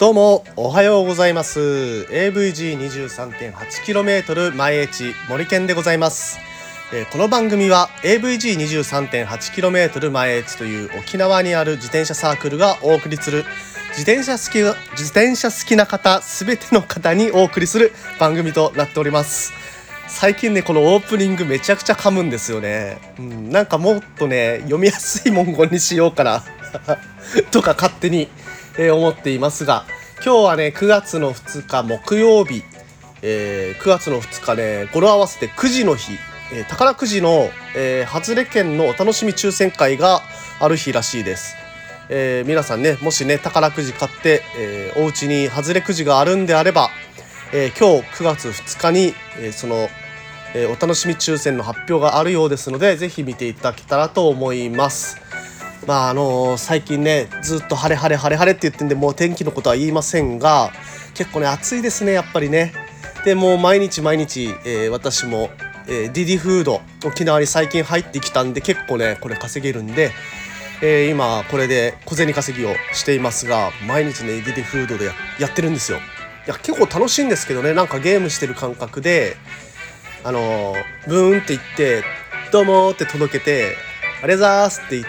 どうもおはようございます。 AVG23.8km 前越森健でございます。この番組は AVG23.8km 前越という沖縄にある自転車サークルがお送りする自転車好きな方すべての方にお送りする番組となっております。最近ねこのオープニングめちゃくちゃ噛むんですよね。なんかもっとね読みやすい文言にしようかなとか勝手に思っていますが、今日はね9月の2日木曜日、9月の2日ね語呂合わせてくじの日、宝くじの、外れ券のお楽しみ抽選会がある日らしいです。皆さんねもしね宝くじ買って、お家に外れくじがあるんであれば、今日9月2日に、その、お楽しみ抽選の発表があるようですので、ぜひ見ていただけたらと思います。最近ねずっと晴れって言ってんで、もう天気のことは言いませんが、結構ね暑いですねやっぱりね。でもう毎日、私も、ディディフード沖縄に最近入ってきたんで、結構ねこれ稼げるんで、今これで小銭稼ぎをしていますが、毎日ねディディフードで やってるんですよ。いや結構楽しいんですけどね、なんかゲームしてる感覚でブーンって言ってどうもって届けて、ありがとうございますって言って、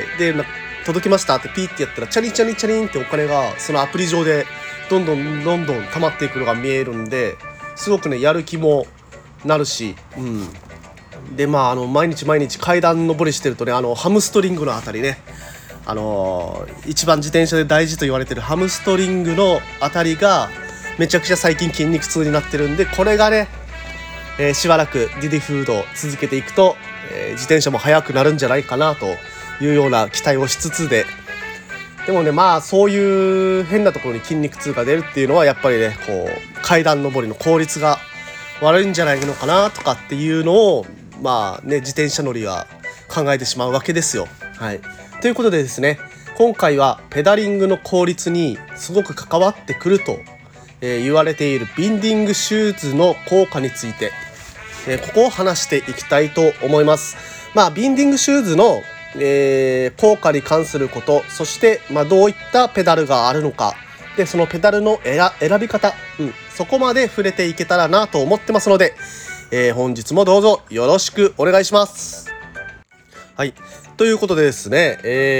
で届きましたってピーってやったらチャリンってお金がそのアプリ上でどんどん溜まっていくのが見えるんで、すごくねやる気もなるし、で毎日階段上りしてるとね、ハムストリングのあたりね、一番自転車で大事と言われてるハムストリングのあたりがめちゃくちゃ最近筋肉痛になってるんで、これがね、しばらくディディフードを続けていくと、自転車も速くなるんじゃないかなというような期待をしつつでもね、そういう変なところに筋肉痛が出るっていうのはやっぱりねこう階段上りの効率が悪いんじゃないのかなとかっていうのを自転車乗りは考えてしまうわけですよ。ということでですね、今回はペダリングの効率にすごく関わってくると、言われているビンディングシューズの効果について、ここを話していきたいと思います。ビンディングシューズの、効果に関すること、そして、どういったペダルがあるのか、でそのペダルの選び方、そこまで触れていけたらなと思ってますので、本日もどうぞよろしくお願いします。ということでですね、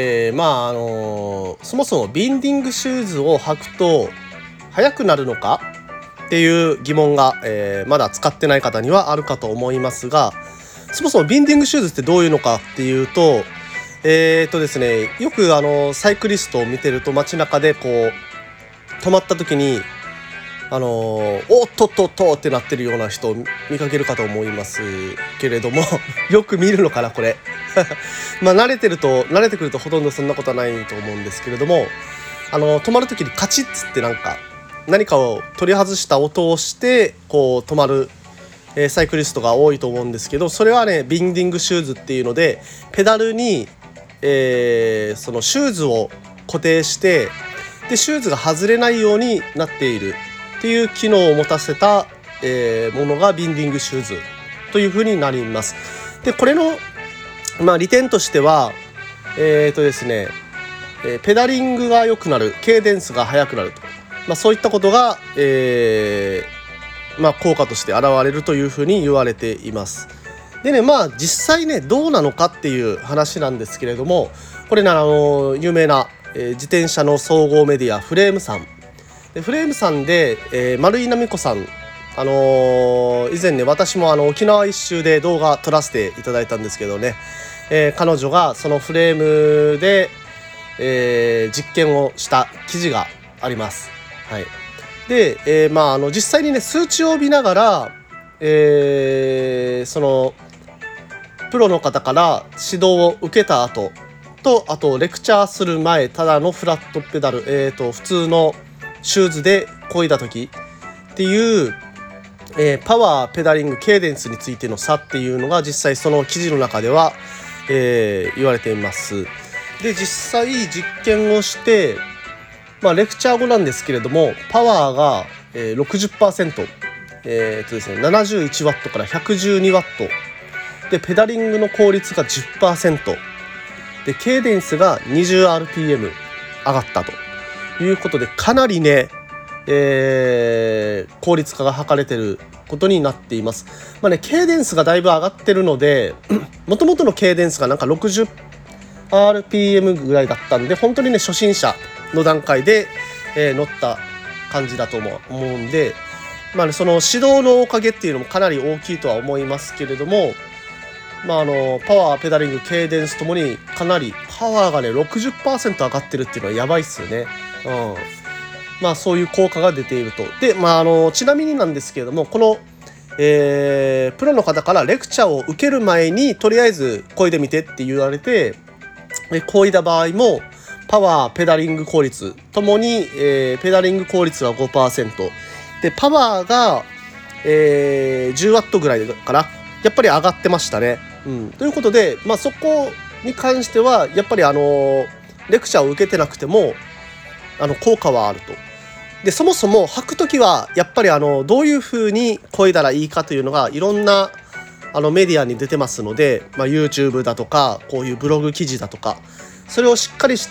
そもそもビンディングシューズを履くと速くなるのかっていう疑問が、まだ使ってない方にはあるかと思いますが、そもそもビンディングシューズってどういうのかっていうと、ですね、よくサイクリストを見てると街中でこう止まった時におっとっとっとってなってるような人を見かけるかと思いますけれどもよく見るのかなこれ慣れてくるとほとんどそんなことはないと思うんですけれども、止まる時にカチッつって何かを取り外した音をしてこう止まる、サイクリストが多いと思うんですけど、それはねビンディングシューズっていうので、ペダルに、そのシューズを固定して、でシューズが外れないようになっているっていう機能を持たせた、ものがビンディングシューズというふうになります。でこれの、利点としてはですね、ペダリングが良くなる、ケイデンスが速くなると、そういったことが、効果として現れるというふうに言われています。でね実際ねどうなのかっていう話なんですけれども、これ有名な、自転車の総合メディアフレームさんで、丸井奈美子さん、以前ね私も沖縄一周で動画撮らせていただいたんですけどね、彼女がそのフレームで、実験をした記事があります。で、実際にね数値を見ながら、そのプロの方から指導を受けた後と、あとレクチャーする前、ただのフラットペダル、普通のシューズで漕いだ時っていう、パワー、ペダリング、ケイデンスについての差っていうのが実際その記事の中では、言われています。で実際実験をして、レクチャー後なんですけれども、パワーが、60%、ですね、71ワットから112ワットで、ペダリングの効率が 10% で、ケイデンスが 20rpm 上がったということで、かなりね、効率化が図れてることになっています。ケーデンスがだいぶ上がってるのでもともとのケーデンスがなんか 60rpm ぐらいだったんで、本当にね初心者の段階で、乗った感じだと思うんで、その指導のおかげっていうのもかなり大きいとは思いますけれども、パワー、ペダリング、ケーデンスともにかなりパワーがね 60% 上がってるっていうのはやばいっすよね。そういう効果が出ていると。で、ちなみになんですけれども、この、プロの方からレクチャーを受ける前にとりあえず漕いでみてって言われて、漕いだ場合もパワー、ペダリング効率ともに、ペダリング効率は 5% で、パワーが、10W ぐらいからやっぱり上がってましたね。ということで、そこに関してはやっぱりレクチャーを受けてなくても効果はあると。で、そもそも履くときはやっぱりどういう風に漕いだらいいかというのがいろんなメディアに出てますので、YouTube だとかこういうブログ記事だとか、それをしっかりして、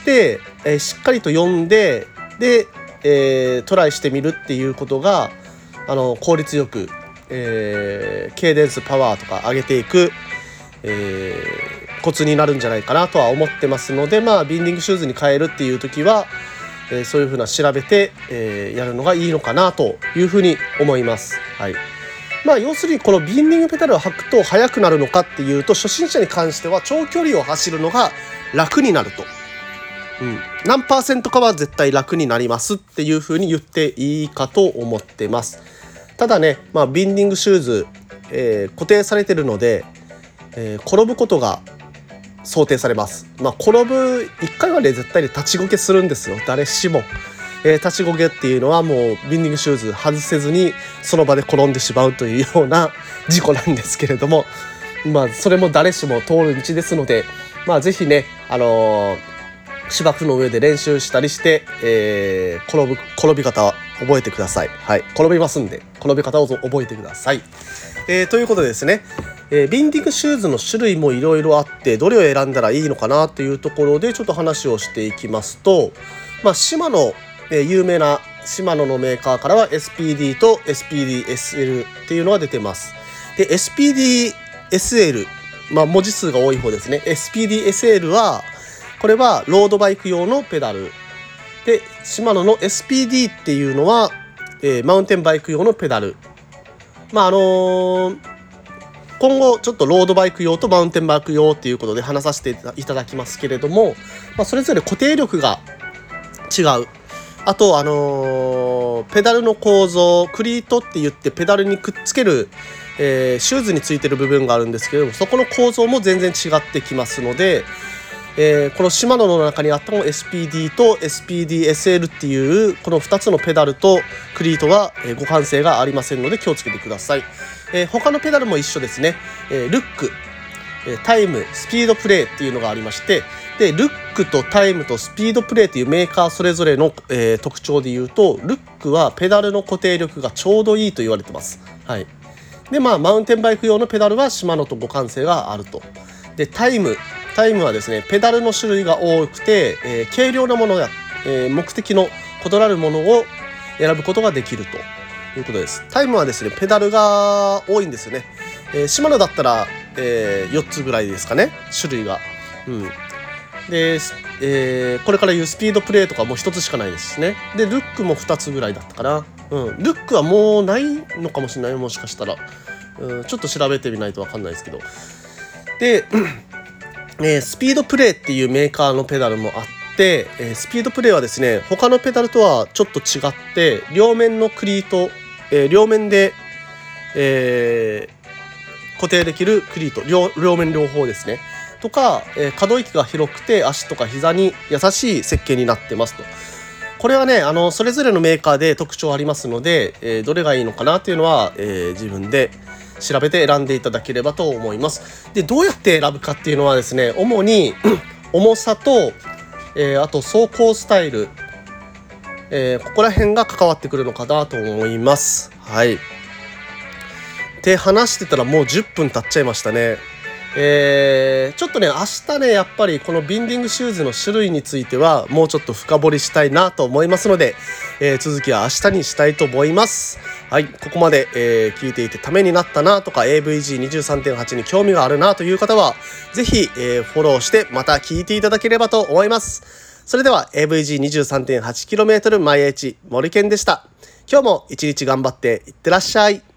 しっかりと読んで、で、トライしてみるっていうことが効率よく、ケーデンス、パワーとか上げていく、コツになるんじゃないかなとは思ってますので、ビンディングシューズに変えるっていう時はそういうふうな調べて、やるのがいいのかなというふうに思います。要するにこのビンディングペダルを履くと速くなるのかっていうと、初心者に関しては長距離を走るのが楽になると、何%かは絶対楽になりますっていうふうに言っていいかと思ってます。ただね、ビンディングシューズ、固定されてるので、転ぶことが想定されます。転ぶ1回はね絶対に立ちこけするんですよ、誰しも。立ちこけっていうのはもうビンディングシューズ外せずにその場で転んでしまうというような事故なんですけれども、それも誰しも通る道ですので、ぜひね芝生の上で練習したりして、転び方は覚えてください。転びますんで転び方を覚えてください。ということでですね、ビンディングシューズの種類もいろいろあって、どれを選んだらいいのかなというところでちょっと話をしていきますと、シマノ、有名なシマノのメーカーからは SPD と SPDSL っていうのが出てます。で SPDSL、文字数が多い方ですね。 SPDSL はこれはロードバイク用のペダルで、シマノの SPD っていうのは、マウンテンバイク用のペダル。今後ちょっとロードバイク用とマウンテンバイク用っていうことで話させていただきますけれども、それぞれ固定力が違う。あとペダルの構造、クリートって言ってペダルにくっつける、シューズについてる部分があるんですけれども、そこの構造も全然違ってきますので、このシマノの中にあったの SPD と SPDSL っていうこの2つのペダルとクリートは互換性がありませんので気をつけてください。他のペダルも一緒ですね。ルック、タイム、スピードプレイっていうのがありまして、でルックとタイムとスピードプレイというメーカーそれぞれの、特徴でいうと、ルックはペダルの固定力がちょうどいいと言われてます。でマウンテンバイク用のペダルはシマノと互換性があると。でタイムはですね、ペダルの種類が多くて、軽量なものや、目的の異なるものを選ぶことができるということです。タイムはですね、ペダルが多いんですよね。シマノだったら、4つぐらいですかね、種類が。で、これから言うスピードプレイとかも1つしかないですしね。でルックも2つぐらいだったかな。ルックはもうないのかもしれない、もしかしたら。ちょっと調べてみないと分かんないですけど。でスピードプレイっていうメーカーのペダルもあって、スピードプレイはですね、他のペダルとはちょっと違って、両面のクリート、両面で、固定できるクリート、両面両方ですねとか、可動域が広くて足とか膝に優しい設計になってますと。これはねそれぞれのメーカーで特徴ありますので、どれがいいのかなっていうのは、自分で調べて選んでいただければと思います。でどうやって選ぶかっていうのはですね、主に重さと、あと走行スタイル、ここら辺が関わってくるのかなと思います。で話してたらもう10分経っちゃいましたね。 ちょっとね、明日ね、やっぱりこのビンディングシューズの種類についてはもうちょっと深掘りしたいなと思いますので、続きは明日にしたいと思います。はい、ここまで、聞いていてためになったなとか AVG23.8 に興味があるなという方は、ぜひ、フォローしてまた聞いていただければと思います。それでは AVG23.8km 毎日森健でした。今日も一日頑張っていってらっしゃい。